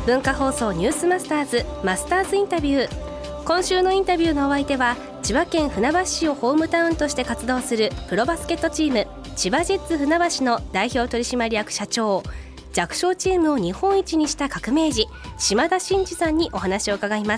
文化放送ニュースマスターズマスターズインタビュー。今週のインタビューのお相手は千葉県船橋市をホームタウンとして活動するプロバスケットチーム千葉ジェッツ船橋の代表取締役社長、弱小チームを日本一にした革命児島田真二さんにお話を伺います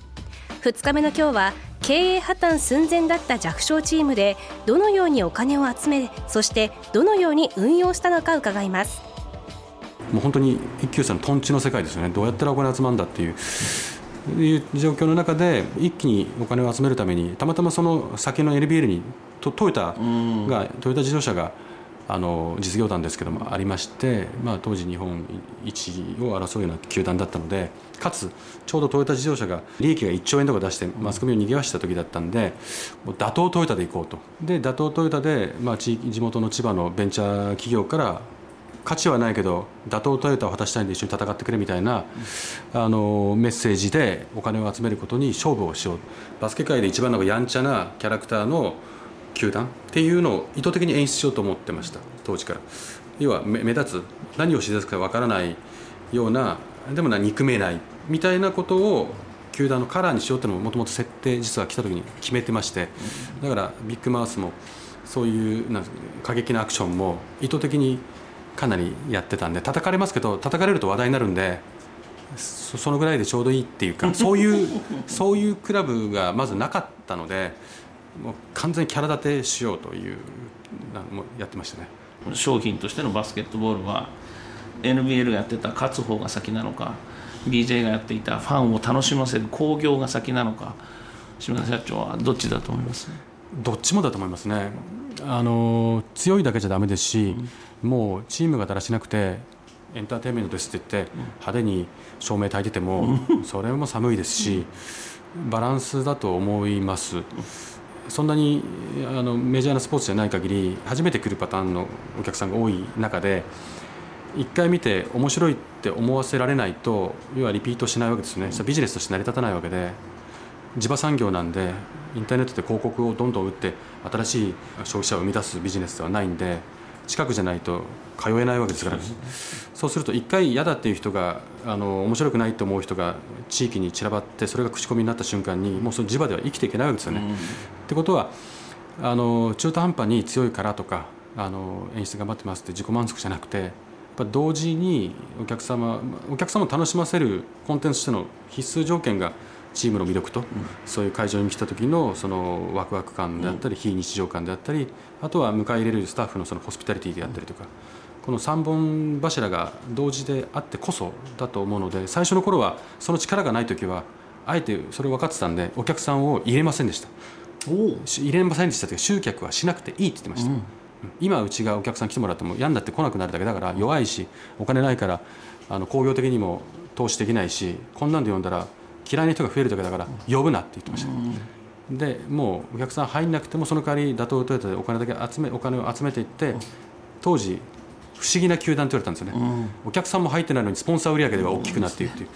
。2日目の今日は経営破綻寸前だった弱小チームでどのようにお金を集め、そしてどのように運用したのか伺います。 もう本当に一級さんのトンチの世界ですよね。どうやったらお金集まるんだっていう状況の中で一気にお金を集めるためにたまたまその先の NBL にトヨタ自動車が実業団ですけどもありまして、当時日本一を争うような球団だったので、かつちょうどトヨタ自動車が利益が1兆円とか出してマスコミを賑わした時だったんで、もう打倒トヨタで行こうと。で打倒トヨタで、地元の千葉のベンチャー企業から価値はないけど打倒トヨタを果たしたいんで一緒に戦ってくれみたいなメッセージでお金を集めることに勝負をしよう。バスケ界で一番やんちゃなキャラクターの球団っていうのを意図的に演出しようと思ってました、当時から。要は目立つ、何をしだすかわからないような、でも憎めないみたいなことを球団のカラーにしようっていうのももともと設定実は来た時に決めてまして、だからビッグマウスもそういう過激なアクションも意図的にかなりやってたんで、叩かれますけど叩かれると話題になるんで、そのぐらいでちょうどいいっていうか、そういうクラブがまずなかったので、もう完全にキャラ立てしようというもやってましたね。 商品としてのバスケットボールは NBL がやってた勝つ方が先なのか、 BJ がやっていたファンを楽しませる興行が先なのか、島田社長はどっちだと思います？ どっちもだと思いますね。強いだけじゃダメですし、もうチームがだらしなくてエンターテインメントですって言って派手に照明焚いててもそれも寒いですし、バランスだと思います。そんなにメジャーなスポーツじゃない限り初めて来るパターンのお客さんが多い中で、1回見て面白いって思わせられないと要はリピートしないわけですよね。ビジネスとして成り立たないわけで、地場産業なんでインターネットで広告をどんどん打って新しい消費者を生み出すビジネスではないんで、近くじゃないと通えないわけですから、そうすると1回嫌だっていう人が面白くないと思う人が地域に散らばって、それが口コミになった瞬間にもうその地場では生きていけないわけですよね。ってことは中途半端に強いからとか演出頑張ってますって自己満足じゃなくて、やっぱ同時にお客様を楽しませるコンテンツとしての必須条件がチームの魅力と、そういう会場に来た時のそのワクワク感であったり、非日常感であったり、あとは迎え入れるスタッフのそのホスピタリティであったりとか、この3本柱が同時であってこそだと思うので、最初の頃はその力がない時はあえてそれを分かってたんでお客さんを入れませんでした。入れませんでしたというか、集客はしなくていいって言ってました。今うちがお客さん来てもらっても病んだって来なくなるだけだから、弱いしお金ないから工業的にも投資できないし、こんなんで呼んだら嫌いな人が増えるだけだから呼ぶなって言ってました。でもうお客さん入んなくてもその代わり打倒トヨタでお金を集めていって、当時不思議な球団と言われたんですよね。お客さんも入ってないのにスポンサー売上では大きくなっているっていう、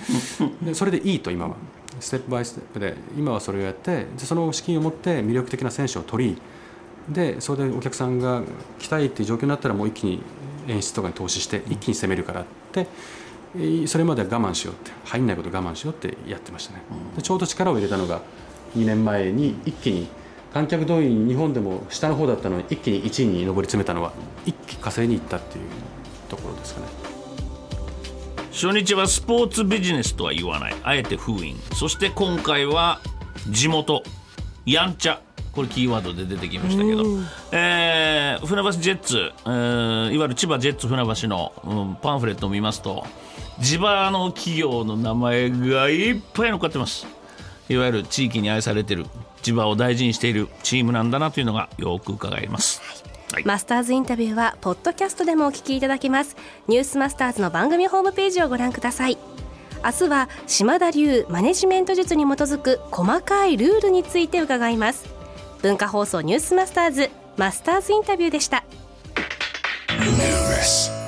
でそれでいいと今はステップバイステップで今はそれをやって、でその資金を持って魅力的な選手を取り、でそれでお客さんが来たいっていう状況になったらもう一気に演出とかに投資して一気に攻めるからって、それまでは我慢しようって、入んないこと我慢しようってやってましたね。でちょうど力を入れたのが2年前に一気に観客動員日本でも下の方だったのに一気に1位に上り詰めたのは一気稼いに行ったっていうところですかね。 初日はスポーツビジネスとは言わない、あえて封印。そして今回は地元やんちゃ、これキーワードで出てきましたけど、船橋ジェッツ、いわゆる千葉ジェッツ船橋の、パンフレットを見ますと地場の企業の名前がいっぱい残ってます。いわゆる地域に愛されている、地場を大事にしているチームなんだなというのがよく伺えます。 マスターズインタビューはポッドキャストでもお聞きいただけます。ニュースマスターズの番組ホームページをご覧ください。明日は島田流マネジメント術に基づく細かいルールについて伺います。文化放送ニュースマスターズマスターズインタビューでした。